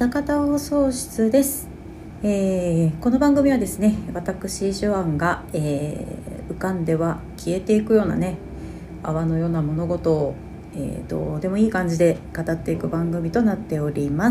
中田放送室です。この番組はですね、私手腕が、浮かんでは消えていくようなね、泡のような物事を、どうでもいい感じで語っていく番組となっております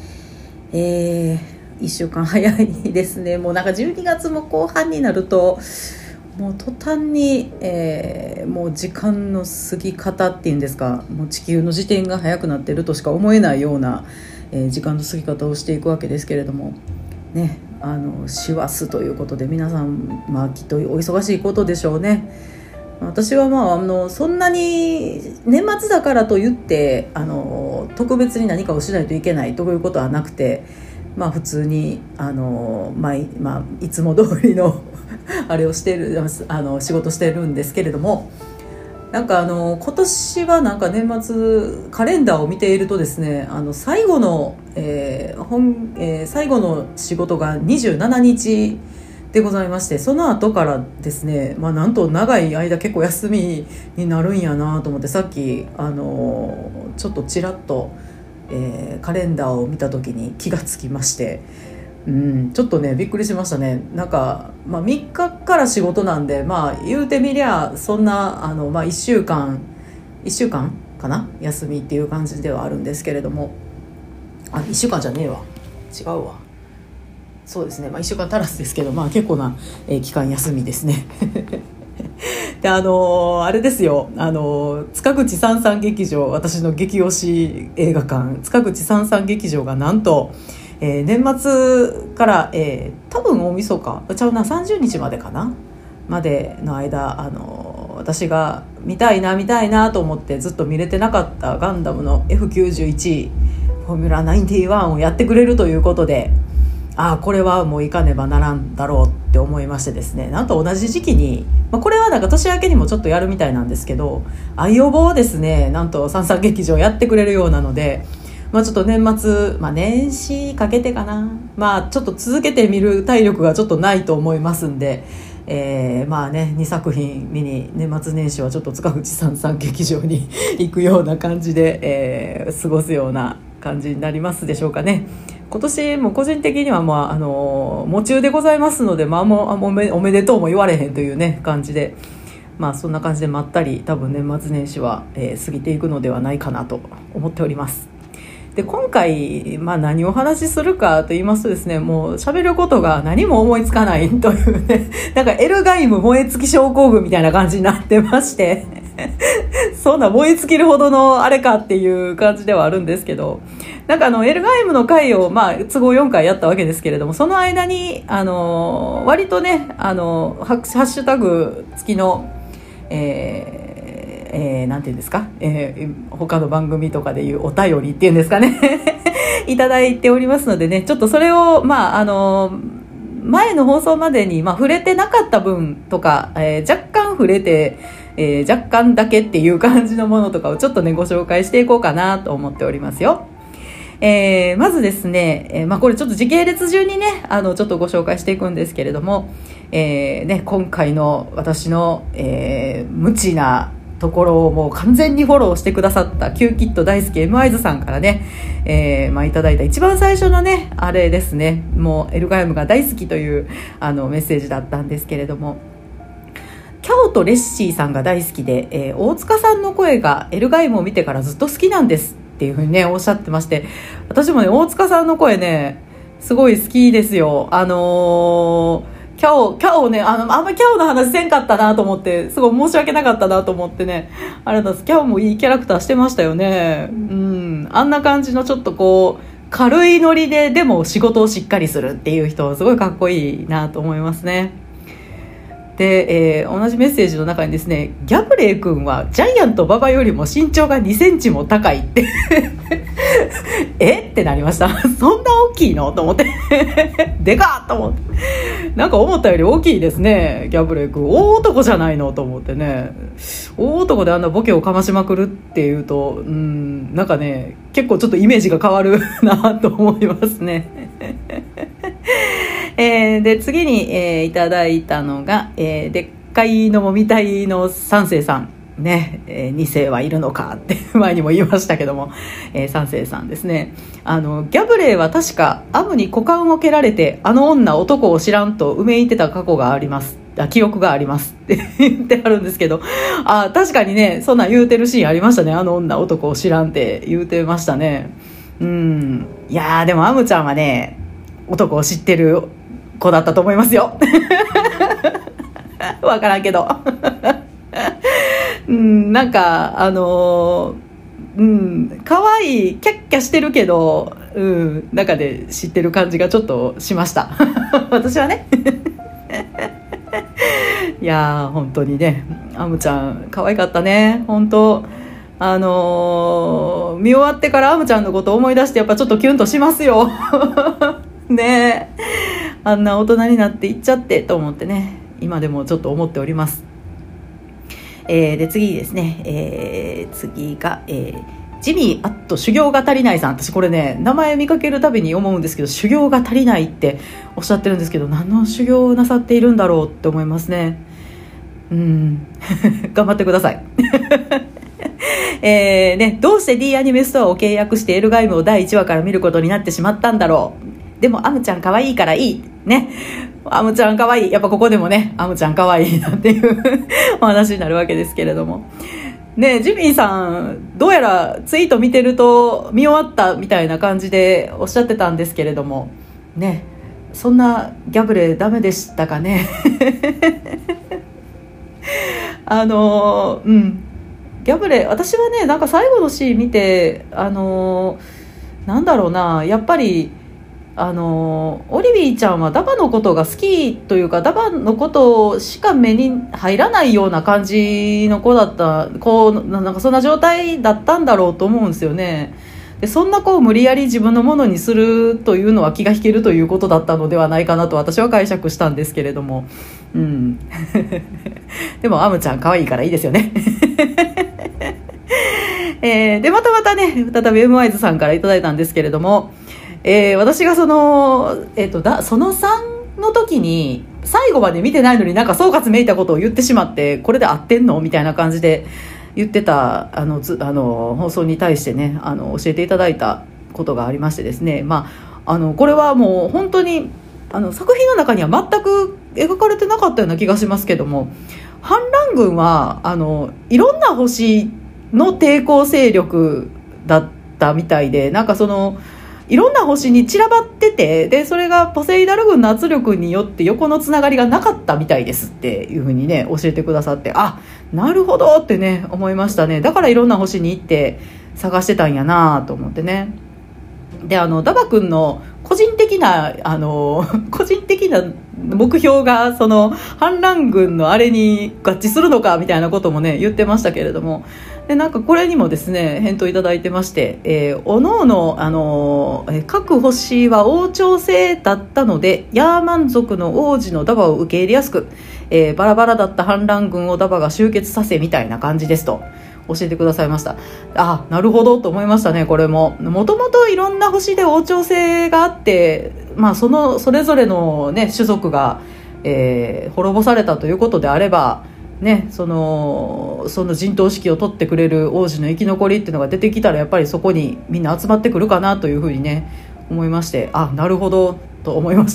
。1週間早いですね。もうなんか12月も後半になるともう途端に、もう時間の過ぎ方っていうんですか、もう地球の時点が早くなっているとしか思えないような、時間の過ぎ方をしていくわけですけれどもね、師走ということで皆さん、きっとお忙しいことでしょうね。私はそんなに年末だからといって特別に何かをしないといけないということはなくて、普通にいつも通りのあれをしてる仕事してるんですけれども、なんか今年はなんか年末カレンダーを見ているとですね、最後の、最後の仕事が27日でございまして、その後からですね、なんと長い間結構休みになるんやなと思って、さっきちょっとちらっと、カレンダーを見た時に気がつきまして、ちょっとねびっくりしましたね。なんか、3日から仕事なんで、言うてみりゃそんな1週間かな休みっていう感じではあるんですけれども、1週間じゃねえわ、違うわ、そうですね、1週間足らずですけど、結構な、期間休みですねであれですよ、塚口三三劇場、私の激推し映画館塚口三三劇場がなんと、年末から、多分大晦日ちゃうな、30日までかなまでの間、私が見たいなと思ってずっと見れてなかったガンダムの F91 フォーミュラ91をやってくれるということで、これはもう行かねばならんだろうって思いましてですね、なんと同じ時期に、これはなんか年明けにもちょっとやるみたいなんですけど、愛予防ですね、なんと三三劇場やってくれるようなので、ちょっと年末、年始かけてかな、ちょっと続けて見る体力がちょっとないと思いますんで、2作品見に年末年始はちょっと塚口三三劇場に行くような感じで、過ごすような感じになりますでしょうかね。今年も個人的には夢中でございますので、もうおめでとうも言われへんというね感じで、そんな感じでまったり多分年末年始は、過ぎていくのではないかなと思っております。で今回、何をお話しするかと言いますとですね、もう喋ることが何も思いつかないというね、なんかエルガイム燃え尽き症候群みたいな感じになってましてそんな燃え尽きるほどのあれかっていう感じではあるんですけど、なんかエルガイムの回を、都合4回やったわけですけれども、その間に割とねハッシュタグ付きのなんていうんですか、他の番組とかでいうお便りっていうんですかねいただいておりますのでね、ちょっとそれを前の放送までに、触れてなかった分とか、若干触れて、若干だけっていう感じのものとかをちょっとねご紹介していこうかなと思っておりますよ。まずですね、これちょっと時系列順にねちょっとご紹介していくんですけれども、今回の私の、無知なところをもう完全にフォローしてくださったキューキット大好き M アイズさんからね、いただいた一番最初のねあれですね、もうエルガイムが大好きというメッセージだったんですけれども、キャオとレッシーさんが大好きで、大塚さんの声がエルガイムを見てからずっと好きなんですっていうふうにねおっしゃってまして、私もね大塚さんの声ねすごい好きですよ。キャオね、あんまりキャオの話せんかったなと思って、すごい申し訳なかったなと思ってね、あれなんです。キャオもいいキャラクターしてましたよね。あんな感じのちょっとこう軽いノリででも仕事をしっかりするっていう人、すごいかっこいいなと思いますね。で、同じメッセージの中にですね、ギャブレイ君はジャイアント馬場よりも身長が2センチも高いってってなりました。そんな大きいのと思ってでかっと思って、なんか思ったより大きいですね、ギャブレイ君。大男じゃないのと思ってね、大男であんなボケをかましまくるっていうと、なんかね結構ちょっとイメージが変わるなと思いますねで次に、いただいたのが、でっかいのもみたいの三世さん、 ね、2世はいるのかって前にも言いましたけども、3世さんですね。ギャブレーは確かアムに股間を蹴られて、あの女男を知らんとうめいてた過去があります。記憶がありますって言ってあるんですけど、確かにね、そんなん言うてるシーンありましたね。あの女男を知らんって言うてましたね。いやー、でもアムちゃんはね、男を知ってる子だったと思いますよ。わからんけど。なんか可愛いキャッキャしてるけど、中で知ってる感じがちょっとしました。私はね。いやー、本当にね、アムちゃん可愛かったね。本当見終わってからアムちゃんのことを思い出して、やっぱちょっとキュンとしますよ。ねえ、あんな大人になっていっちゃってと思ってね、今でもちょっと思っております。で次ですね、次が、ジミー修行が足りないさん。私これね、名前見かけるたびに思うんですけど、修行が足りないっておっしゃってるんですけど、何の修行をなさっているんだろうって思いますね。頑張ってください。どうして D アニメストアを契約してエルガイムを第1話から見ることになってしまったんだろう。でもアムちゃん可愛いからいいね。アムちゃん可愛い。やっぱここでもね、アムちゃん可愛いなっていうお話になるわけですけれどもね。ジミーさんどうやらツイート見てると見終わったみたいな感じでおっしゃってたんですけれどもね、そんなギャブレダメでしたかね。ギャブレ、私はね、なんか最後のシーン見てなんだろうな、やっぱりオリビーちゃんはダバのことが好きというか、ダバのことしか目に入らないような感じの子だったなんかそんな状態だったんだろうと思うんですよね。でそんな子を無理やり自分のものにするというのは気が引けるということだったのではないかなと私は解釈したんですけれども、でもアムちゃん可愛いからいいですよね。でまたね、再び M ワイズさんからいただいたんですけれども、私がその3の時に最後まで見てないのになんか総括めいたことを言ってしまって、これで合ってんのみたいな感じで言ってた放送に対してね、教えていただいたことがありましてですね、これはもう本当に作品の中には全く描かれてなかったような気がしますけども、反乱軍はいろんな星の抵抗勢力だったみたいで、なんかいろんな星に散らばってて、でそれがポセイダル軍の圧力によって横のつながりがなかったみたいですっていう風にね教えてくださって、なるほどってね思いましたね。だからいろんな星に行って探してたんやなと思ってね。でダバ君の個人的な目標がその反乱軍のあれに合致するのかみたいなこともね言ってましたけれども、でなんかこれにもですね返答いただいてまして、おのおの各星は王朝制だったのでヤーマン族の王子のダバを受け入れやすく、バラバラだった反乱軍をダバが集結させみたいな感じですと教えてくださいました。なるほどと思いましたね。これももともといろんな星で王朝制があって、それぞれの、ね、種族が、滅ぼされたということであれば、ね、その陣頭指揮を取ってくれる王子の生き残りっていうのが出てきたら、やっぱりそこにみんな集まってくるかなというふうにね思いまして、なるほどと思いました。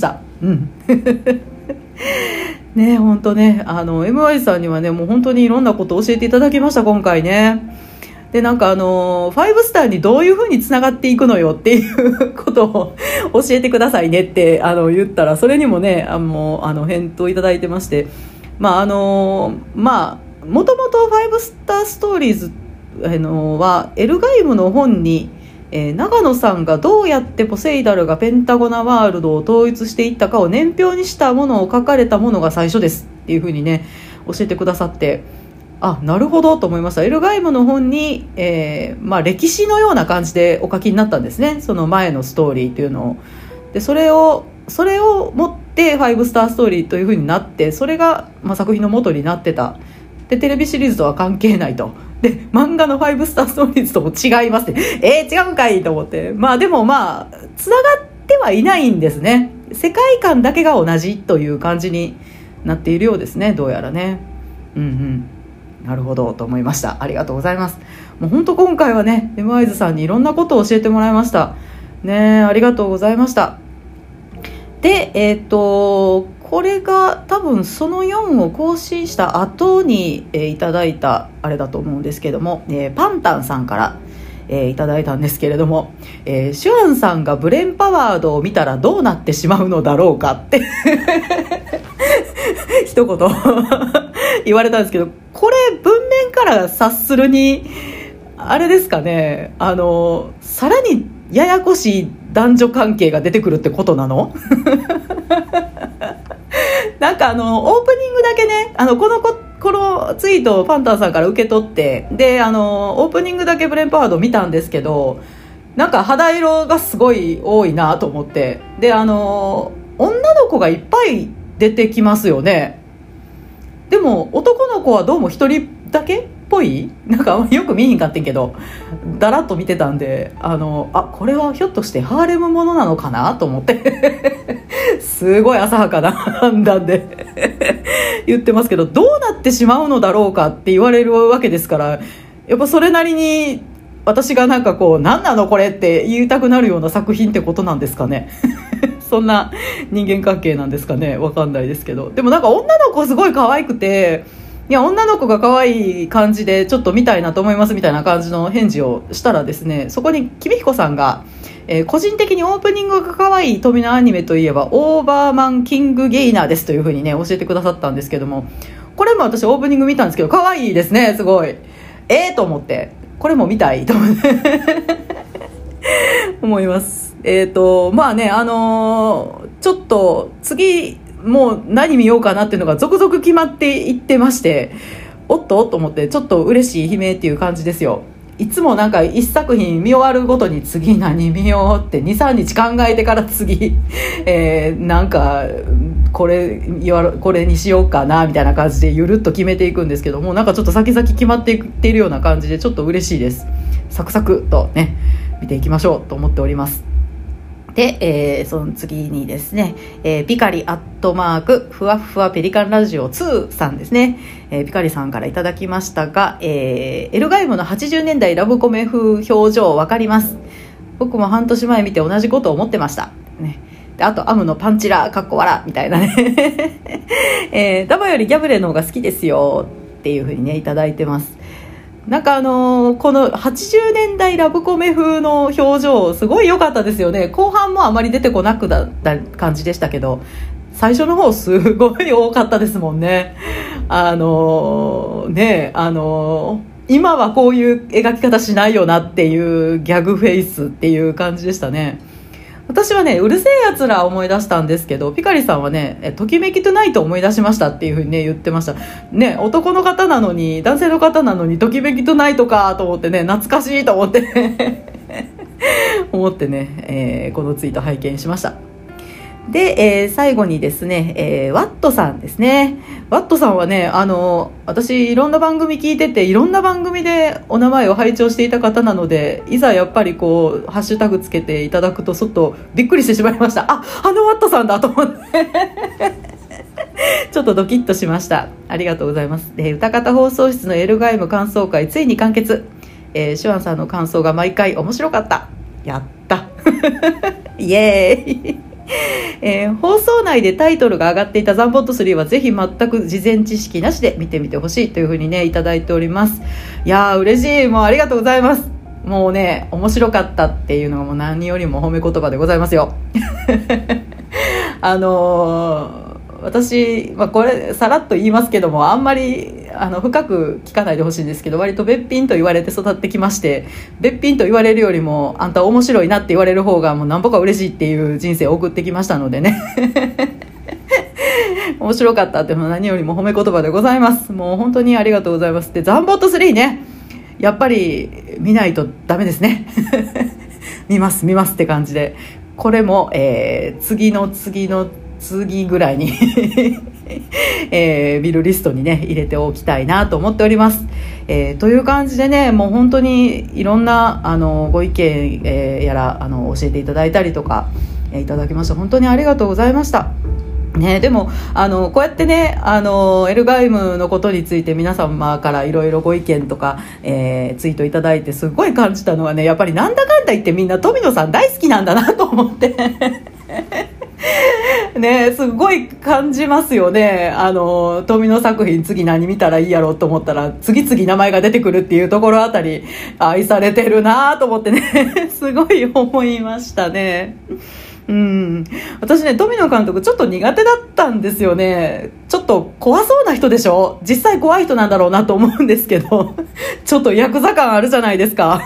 ね、本当ね、MY さんにはねもう本当にいろんなことを教えていただきました今回ね。でなんか5スターにどういう風につながっていくのよっていうことを教えてくださいねって言ったら、それにもね返答いただいてまして、もともと5スターストーリーズはエルガイムの本に長野さんがどうやってポセイダルがペンタゴナワールドを統一していったかを年表にしたものを書かれたものが最初ですっていう風にね教えてくださって、なるほどと思いました。エルガイムの本に、歴史のような感じでお書きになったんですね、その前のストーリーというのを。でそれを持って5スターストーリーという風になって、それが、作品の元になってた。でテレビシリーズとは関係ないと。で漫画の5スターストーリーズとも違いますって違うんかいと思って、でもつながってはいないんですね。世界観だけが同じという感じになっているようですね、どうやらね。 なるほどと思いました。ありがとうございます。もう本当今回はね、エムアイズさんにいろんなことを教えてもらいましたね。ありがとうございました。で、これが多分その4を更新した後に、いただいたあれだと思うんですけども、パンタンさんから、いただいたんですけれども、シュアンさんがブレンパワードを見たらどうなってしまうのだろうかって一言言われたんですけど、これ文面から察するにあれですかね、さらにややこしい男女関係が出てくるってことなのなんかオープニングだけね、このツイートをパンタンさんから受け取って、でオープニングだけブレンパワード見たんですけど、なんか肌色がすごい多いなと思って、で女の子がいっぱい出てきますよね。でも男の子はどうも一人だけっぽい、なんかよく見えへんかってんけど、だらっと見てたんで、これはひょっとしてハーレムものなのかなと思ってすごい浅はかな判断で言ってますけど、どうなってしまうのだろうかって言われるわけですから、やっぱそれなりに私がなんかこう、何なのこれって言いたくなるような作品ってことなんですかねそんな人間関係なんですかね、わかんないですけど。でもなんか女の子すごい可愛くて、いや女の子が可愛い感じでちょっと見たいなと思いますみたいな感じの返事をしたらですね、そこにきみひこさんが、個人的にオープニングが可愛い富のアニメといえばオーバーマンキングゲイナーですという風にね教えてくださったんですけども、これも私オープニング見たんですけど可愛いですね、すごいと思って、これも見たいと思って思います。まあね、ちょっと次もう何見ようかなっていうのが続々決まっていってまして、おっとと思ってちょっと嬉しい悲鳴っていう感じですよ。いつもなんか一作品見終わるごとに次何見ようって 2,3 日考えてから次、なんかこれにしようかなみたいな感じでゆるっと決めていくんですけども、なんかちょっと先々決まっていっているような感じでちょっと嬉しいです。サクサクとね見ていきましょうと思っております。で、その次にですね、ピカリふわふわペリカンラジオ2さんですね、ピカリさんからいただきましたが、エルガイムの80年代ラブコメ風表情わかります。僕も半年前見て同じことを思ってました、ね。であとアムのパンチラかっこ笑みたいなね、ダバよりギャブレの方が好きですよっていう風にねいただいてます。なんかこの80年代ラブコメ風の表情すごい良かったですよね。後半もあまり出てこなくなった感じでしたけど、最初の方すごい多かったですもんね。今はこういう描き方しないよなっていうギャグフェイスっていう感じでしたね。私はねうるせえやつら思い出したんですけど、ピカリさんはねときめきトゥナイト思い出しましたっていう風にね言ってましたね。男の方なのに、男性の方なのにときめきトゥナイトかと思ってね、懐かしいと思って思ってね、このツイート拝見しました。で、最後にですね、ワットさんですね。ワットさんはね、私いろんな番組聞いてて、いろんな番組でお名前を拝聴していた方なので、いざやっぱりこうハッシュタグつけていただくとちょっとびっくりしてしまいました。ワットさんだと思ってちょっとドキッとしました。ありがとうございます。歌方放送室のエルガイム感想会ついに完結。シュワンさんの感想が毎回面白かった。やったイエーイ放送内でタイトルが上がっていたザンボット3はぜひ全く事前知識なしで見てみてほしいというふうにねいただいております。いやー嬉しい、もうありがとうございます。もうね面白かったっていうのがもう何よりも褒め言葉でございますよ私、これさらっと言いますけども、あんまり深く聞かないでほしいんですけど、割とべっぴんと言われて育ってきまして、べっぴんと言われるよりもあんた面白いなって言われる方がもうなんぼか嬉しいっていう人生を送ってきましたのでね面白かったっても何よりも褒め言葉でございます。もう本当にありがとうございます。でザンボット3ね、やっぱり見ないとダメですね見ますって感じで、これも、次ぐらいに見るリストにね入れておきたいなと思っております。という感じでね、もう本当にいろんなご意見、やら教えていただいたりとか、いただきました。本当にありがとうございました。 ね、でもこうやってねエルガイムのことについて皆様からいろいろご意見とか、ツイートいただいてすごい感じたのはね、やっぱりなんだかんだ言ってみんな富野さん大好きなんだなと思ってね、すごい感じますよね。富野作品次何見たらいいやろうと思ったら次々名前が出てくるっていうところあたり愛されてるなと思ってねすごい思いましたね。私ね、富野監督ちょっと苦手だったんですよね。ちょっと怖そうな人でしょ。実際怖い人なんだろうなと思うんですけどちょっとヤクザ感あるじゃないですか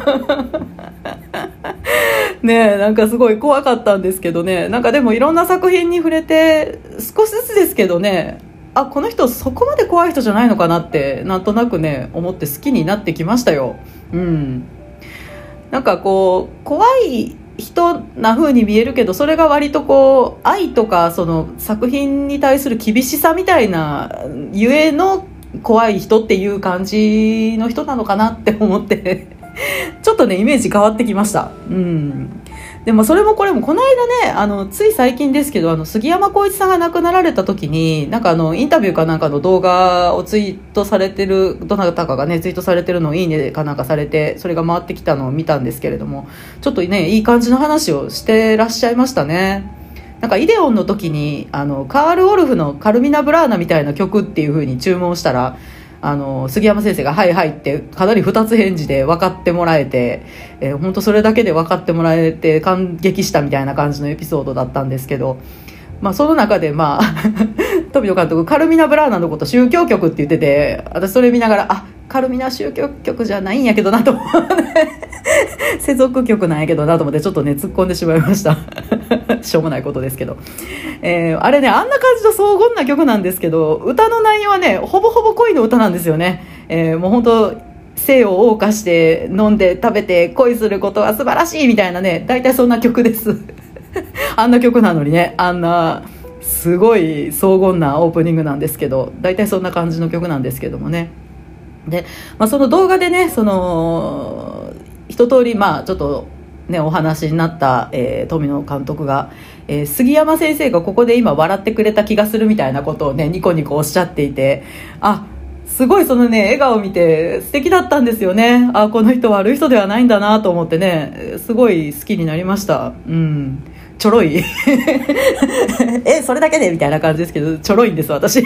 ねえ、なんかすごい怖かったんですけどね。なんかでもいろんな作品に触れて少しずつですけどね、あ、この人そこまで怖い人じゃないのかなってなんとなくね思って好きになってきましたよ。なんかこう怖い人な風に見えるけど、それが割とこう愛とかその作品に対する厳しさみたいなゆえの怖い人っていう感じの人なのかなって思ってちょっとねイメージ変わってきました。でもそれもこれもこの間ねつい最近ですけど杉山浩一さんが亡くなられた時になんかインタビューかなんかの動画をツイートされてる、どなたかがねツイートされてるのをいいねかなんかされて、それが回ってきたのを見たんですけれども、ちょっとねいい感じの話をしてらっしゃいましたね。なんかイデオンの時にカール・オルフのカルミナ・ブラーナみたいな曲っていう風に注文したら杉山先生がはいはいってかなり二つ返事で分かってもらえて、本当それだけで分かってもらえて感激したみたいな感じのエピソードだったんですけど、その中で富野監督カルミナ・ブラーナのこと宗教曲って言ってて、私それ見ながらカルミナ宗教曲じゃないんやけどなと思って世俗曲なんやけどなと思ってちょっとね突っ込んでしまいましたしょうもないことですけど、あれねあんな感じの荘厳な曲なんですけど、歌の内容はねほぼほぼ恋の歌なんですよね。もう本当性を謳歌して飲んで食べて恋することは素晴らしいみたいなね、大体そんな曲ですあんな曲なのにね、あんなすごい荘厳なオープニングなんですけど、大体そんな感じの曲なんですけどもね。で、その動画でね一通りちょっとねお話になった、富野監督が、杉山先生がここで今笑ってくれた気がするみたいなことをねニコニコおっしゃっていて、すごいそのね笑顔を見て素敵だったんですよね。この人悪い人ではないんだなと思ってね、すごい好きになりました。ちょろいそれだけでみたいな感じですけど、ちょろいんです私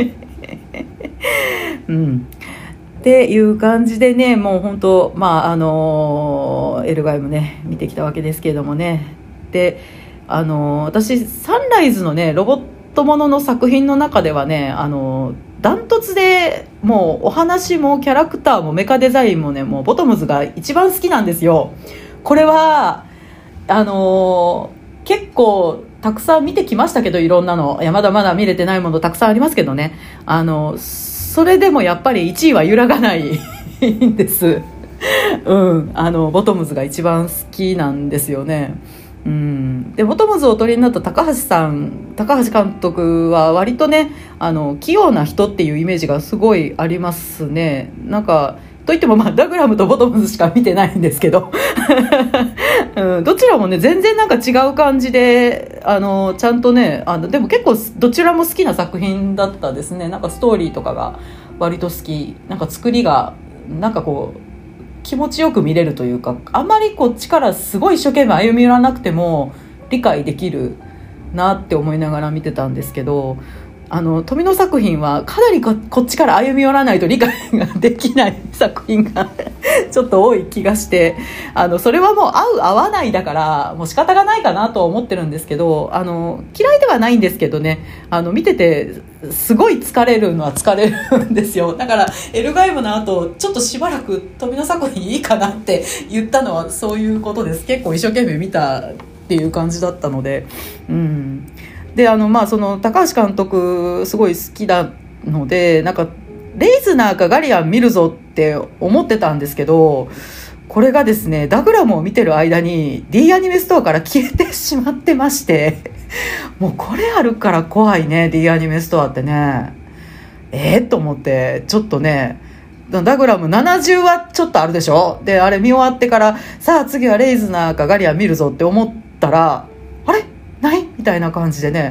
っていう感じでね、もう本当エルガイムね見てきたわけですけれどもね。で私サンライズのねロボットものの作品の中ではねダントツでもうお話もキャラクターもメカデザインもねもうボトムズが一番好きなんですよ。これは結構たくさん見てきましたけど、いろんなのまだまだ見れてないものたくさんありますけどね、それでもやっぱり1位は揺らがないんですボトムズが一番好きなんですよね。でボトムズをお取りになった高橋監督は割とね器用な人っていうイメージがすごいありますね。なんかといってもダグラムとボトムズしか見てないんですけどどちらもね全然なんか違う感じでちゃんとねでも結構どちらも好きな作品だったですね。なんかストーリーとかが割と好き、なんか作りがなんかこう気持ちよく見れるというか、あんまりこっちからすごい一生懸命歩み寄らなくても理解できるなって思いながら見てたんですけど、富野作品はかなりこっちから歩み寄らないと理解ができない作品がちょっと多い気がして、それはもう合う合わないだからもう仕方がないかなとは思ってるんですけど、嫌いではないんですけどね、見ててすごい疲れるのは疲れるんですよ。だからエルガイムの後ちょっとしばらく富野作品いいかなって言ったのはそういうことです。結構一生懸命見たっていう感じだったので、でその高橋監督すごい好きなので、なんかレイズナーかガリアン見るぞって思ってたんですけど、これがですねダグラムを見てる間に D アニメストアから消えてしまってましてもうこれあるから怖いね D アニメストアってね。と思ってちょっとね、ダグラム70はちょっとあるでしょ。であれ見終わってからさあ次はレイズナーかガリアン見るぞって思ったらあれないみたいな感じでね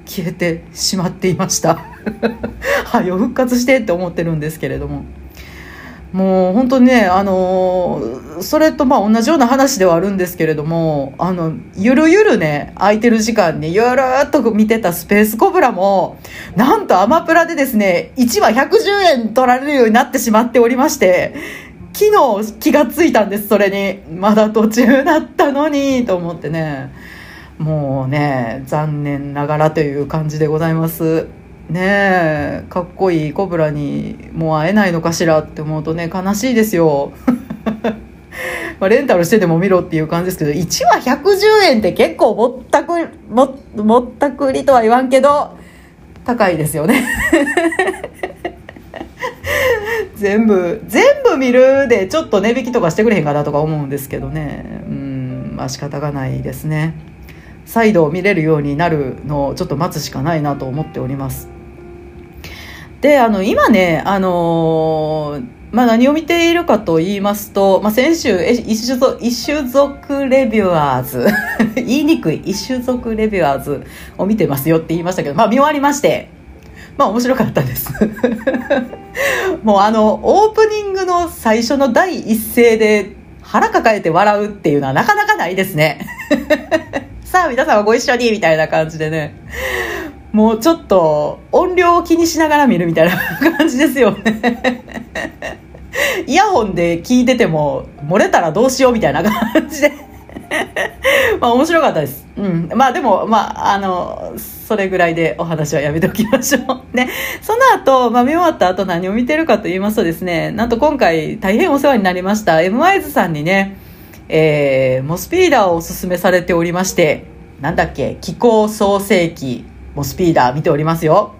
消えてしまっていましたはよ復活してって思ってるんですけれども、もう本当にね、それと同じような話ではあるんですけれども、ゆるゆるね空いてる時間にゆるっと見てたスペースコブラもなんとアマプラでですね1話110円取られるようになってしまっておりまして、昨日気がついたんです。それにまだ途中だったのにと思ってね、もうね残念ながらという感じでございますね。かっこいいコブラにもう会えないのかしらって思うとね悲しいですよレンタルしてでも見ろっていう感じですけど、1話110円って結構ぼったくりとは言わんけど高いですよね全部見るでちょっと値引きとかしてくれへんかなとか思うんですけどね、仕方がないですね。再度見れるようになるのをちょっと待つしかないなと思っております。で今ね、何を見ているかと言いますと、先週一種族レビュアーズ言いにくい一種族レビュアーズを見てますよって言いましたけど、見終わりまして、面白かったですもうオープニングの最初の第一声で腹抱えて笑うっていうのはなかなかないですねさあ皆さんはご一緒にみたいな感じでね、もうちょっと音量を気にしながら見るみたいな感じですよねイヤホンで聞いてても漏れたらどうしようみたいな感じで面白かったです。でもそれぐらいでお話はやめておきましょうね。その後、見終わった後何を見てるかと言いますとですね、なんと今回大変お世話になりました M ワイズさんにね、モスピーダーをおすすめされておりまして、なんだっけ、気候創世記モスピーダー見ておりますよ。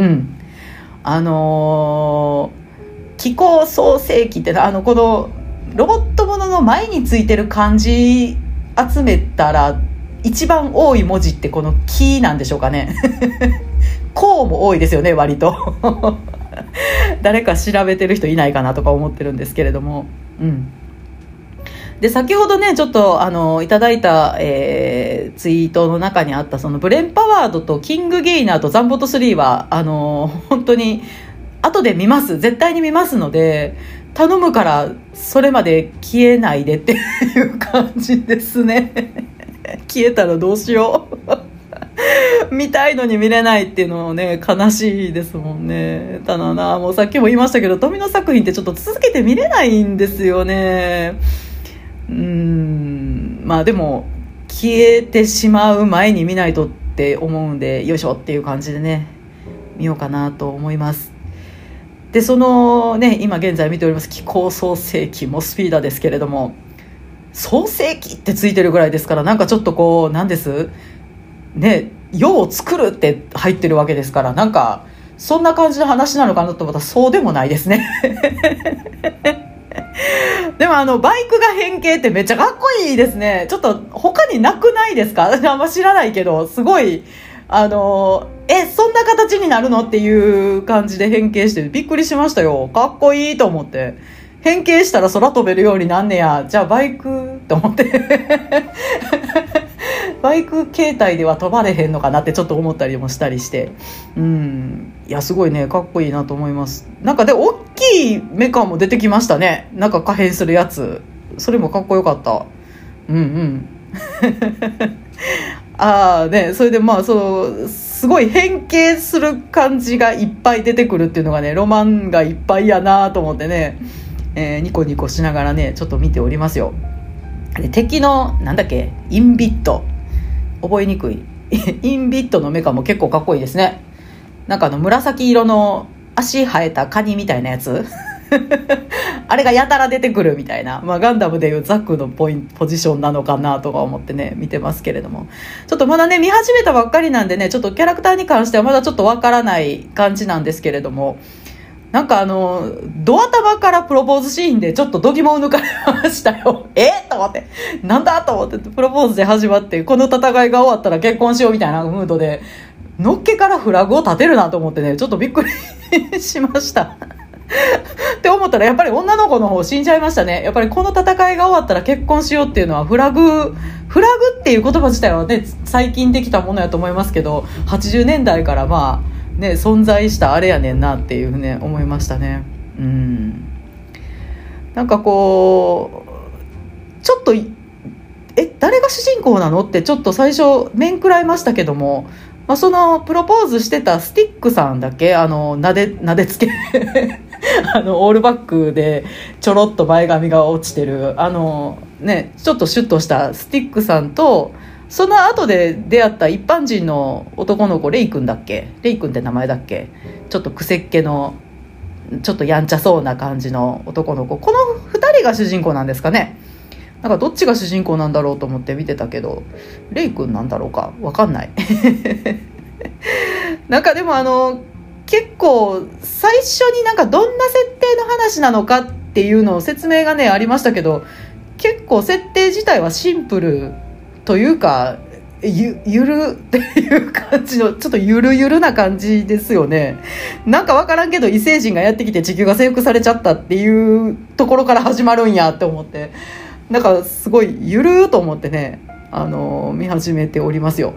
気候創世記ってこのロボットものの前についてる漢字集めたら一番多い文字ってこのキなんでしょうかねこうも多いですよね割と誰か調べてる人いないかなとか思ってるんですけれども、で先ほどねちょっといただいた、ツイートの中にあったそのブレンパワードとキングゲイナーとザンボット3は本当に後で見ます、絶対に見ますので頼むからそれまで消えないでっていう感じですね消えたらどうしよう見たいのに見れないっていうのもね悲しいですもんね。ただな、もうさっきも言いましたけど富野作品ってちょっと続けて見れないんですよね。でも消えてしまう前に見ないとって思うんで、よいしょっていう感じでね見ようかなと思います。でそのね今現在見ております気候創世記モスピーダですけれども、創世記ってついてるぐらいですから、なんかちょっとこうなんですね、世を作るって入ってるわけですから、なんかそんな感じの話なのかなと思ったらそうでもないですねでもバイクが変形ってめっちゃかっこいいですね。ちょっと他になくないですか？私あんま知らないけどすごいそんな形になるのっていう感じで変形してびっくりしましたよ。かっこいいと思って、変形したら空飛べるようになんねや、じゃあバイクと思ってバイク形態では飛ばれへんのかなってちょっと思ったりもしたりして、いやすごいねかっこいいなと思います。なんかで大きいメカも出てきましたね。なんか可変するやつ、それもかっこよかった。それですごい変形する感じがいっぱい出てくるっていうのがねロマンがいっぱいやなと思ってね、ニコニコしながらねちょっと見ておりますよ。で敵のなんだっけ、インビット、覚えにくいインビットのメカも結構かっこいいですね。なんか紫色の足生えたカニみたいなやつあれがやたら出てくるみたいな、ガンダムでいうザクのポジションなのかなとか思ってね見てますけれども、ちょっとまだね見始めたばっかりなんでねちょっとキャラクターに関してはまだちょっとわからない感じなんですけれども、なんかドア玉からプロポーズシーンでちょっと度肝を抜かれましたよと思って、なんだと思って、プロポーズで始まってこの戦いが終わったら結婚しようみたいなムードでのっけからフラグを立てるなと思ってねちょっとびっくりしましたって思ったらやっぱり女の子の方死んじゃいましたね。やっぱりこの戦いが終わったら結婚しようっていうのはフラグっていう言葉自体はね最近できたものやと思いますけど、80年代からまあね存在したあれやねんなっていうふうに思いましたね。なんかこうちょっと誰が主人公なのってちょっと最初面食らいましたけども、そのプロポーズしてたスティックさんだっけ、なでつけオールバックでちょろっと前髪が落ちてるね、ちょっとシュッとしたスティックさんと、その後で出会った一般人の男の子レイ君だっけ、レイ君って名前だっけ、ちょっと癖っ気のちょっとやんちゃそうな感じの男の子、この2人が主人公なんですかね。なんかどっちが主人公なんだろうと思って見てたけど、レイ君なんだろうかわかんないなんかでも結構最初になんかどんな設定の話なのかっていうのを説明がねありましたけど、結構設定自体はシンプルというかゆるっていう感じの、ちょっとゆるな感じですよね。なんかわからんけど異星人がやってきて地球が征服されちゃったっていうところから始まるんやって思って、なんかすごいゆると思ってね見始めておりますよ。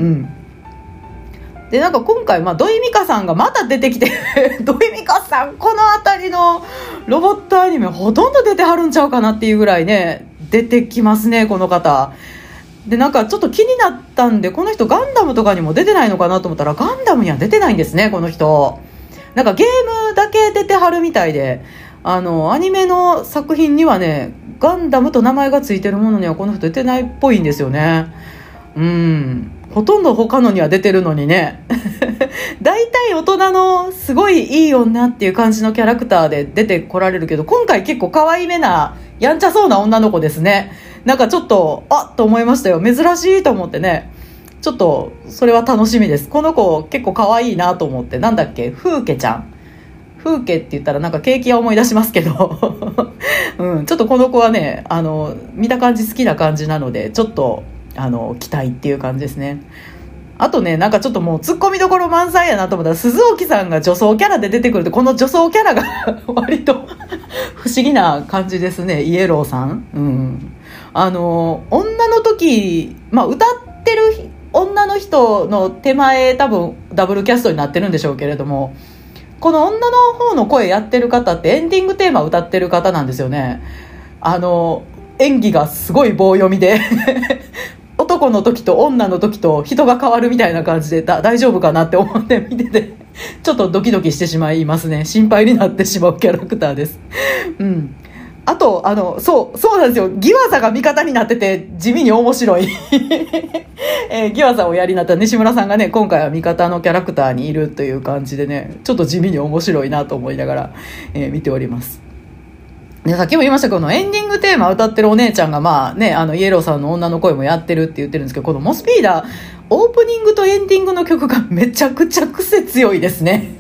でなんか今回土井美香さんがまた出てきて土井美香さんこの辺りのロボットアニメほとんど出てはるんちゃうかなっていうぐらいね出てきますねこの方で。なんかちょっと気になったんで、この人ガンダムとかにも出てないのかなと思ったらガンダムには出てないんですねこの人。なんかゲームだけ出てはるみたいで、アニメの作品にはねガンダムと名前がついてるものにはこの人出てないっぽいんですよね。ほとんど他のには出てるのにねだいたい大人のすごいいい女っていう感じのキャラクターで出てこられるけど、今回結構可愛めなやんちゃそうな女の子ですね。なんかちょっとと思いましたよ。珍しいと思ってね、ちょっとそれは楽しみです。この子結構可愛いなと思って。なんだっけ、風景ちゃん、風景って言ったらなんかケーキ屋思い出しますけど、ちょっとこの子はね見た感じ好きな感じなので、ちょっと期待っていう感じですね。あとねなんかちょっともうツッコミどころ満載やなと思ったら、鈴木さんが女装キャラで出てくるって、この女装キャラが割と不思議な感じですね。イエローさん、女の時、歌ってる女の人の手前多分ダブルキャストになってるんでしょうけれども、この女の方の声やってる方ってエンディングテーマ歌ってる方なんですよね。演技がすごい棒読みで男の時と女の時と人が変わるみたいな感じで大丈夫かなって思って見ててちょっとドキドキしてしまいますね。心配になってしまうキャラクターです。あとそうなんですよ。ギワザが味方になってて地味に面白いギワザをやりになった西村さんがね今回は味方のキャラクターにいるという感じでね、ちょっと地味に面白いなと思いながら、見ております。でさっきも言いましたけど、エンディングテーマ歌ってるお姉ちゃんがイエローさんの女の声もやってるって言ってるんですけど、このモスピーダーオープニングとエンディングの曲がめちゃくちゃ癖強いですね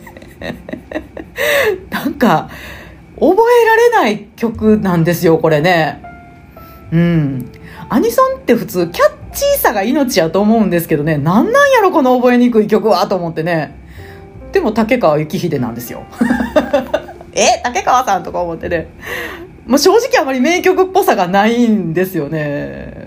なんか覚えられない曲なんですよこれね。アニソンって普通キャッチーさが命やと思うんですけどね、なんやろこの覚えにくい曲はと思ってね。でも竹川幸秀なんですよ竹川さんとか思ってね、正直あまり名曲っぽさがないんですよね。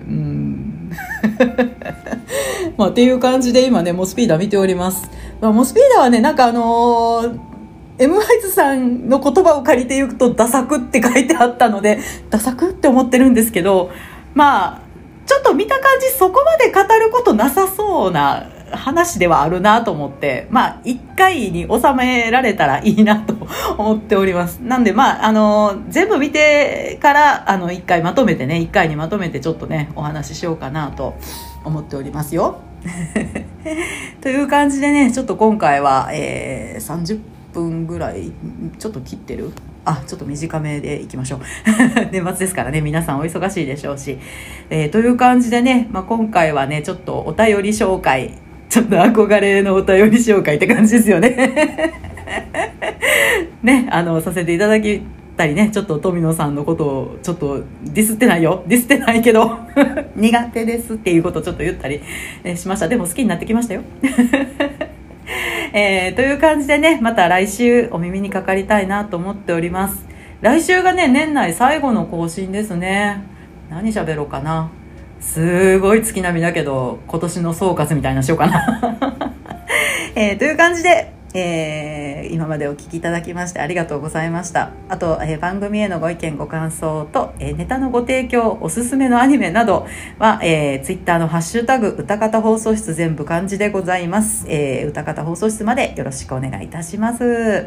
っていう感じで今ねモスピーダー見ております。モスピーダーはねなんかエムワイズさんの言葉を借りて言うとダサくって書いてあったのでダサくって思ってるんですけど、ちょっと見た感じそこまで語ることなさそうな話ではあるなと思って、1回に収められたらいいなと思っております。なんで全部見てから1回まとめてね、1回にまとめてちょっとねお話ししようかなと思っておりますよという感じでね、ちょっと今回は、30分ぐらいちょっと切ってる、ちょっと短めでいきましょう年末ですからね皆さんお忙しいでしょうし、という感じでね、今回はねちょっとお便り紹介、ちょっと憧れのお便り紹介って感じですよねね、させていただきたりね、ちょっと富野さんのことをちょっとディスってないけど苦手ですっていうことをちょっと言ったりしました。でも好きになってきましたよという感じでね、また来週お耳にかかりたいなと思っております。来週がね、年内最後の更新ですね。何喋ろうかな。すごい月並みだけど、今年の総括みたいなしようかな。という感じで、今までお聞きいただきましてありがとうございました。あと、番組へのご意見ご感想と、ネタのご提供、おすすめのアニメなどは、ツイッターのハッシュタグ歌方放送室、全部漢字でございます。歌方放送室までよろしくお願いいたします。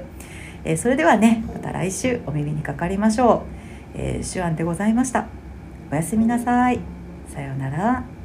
それではね、また来週お耳にかかりましょう。手腕でございました。おやすみなさい。さようなら。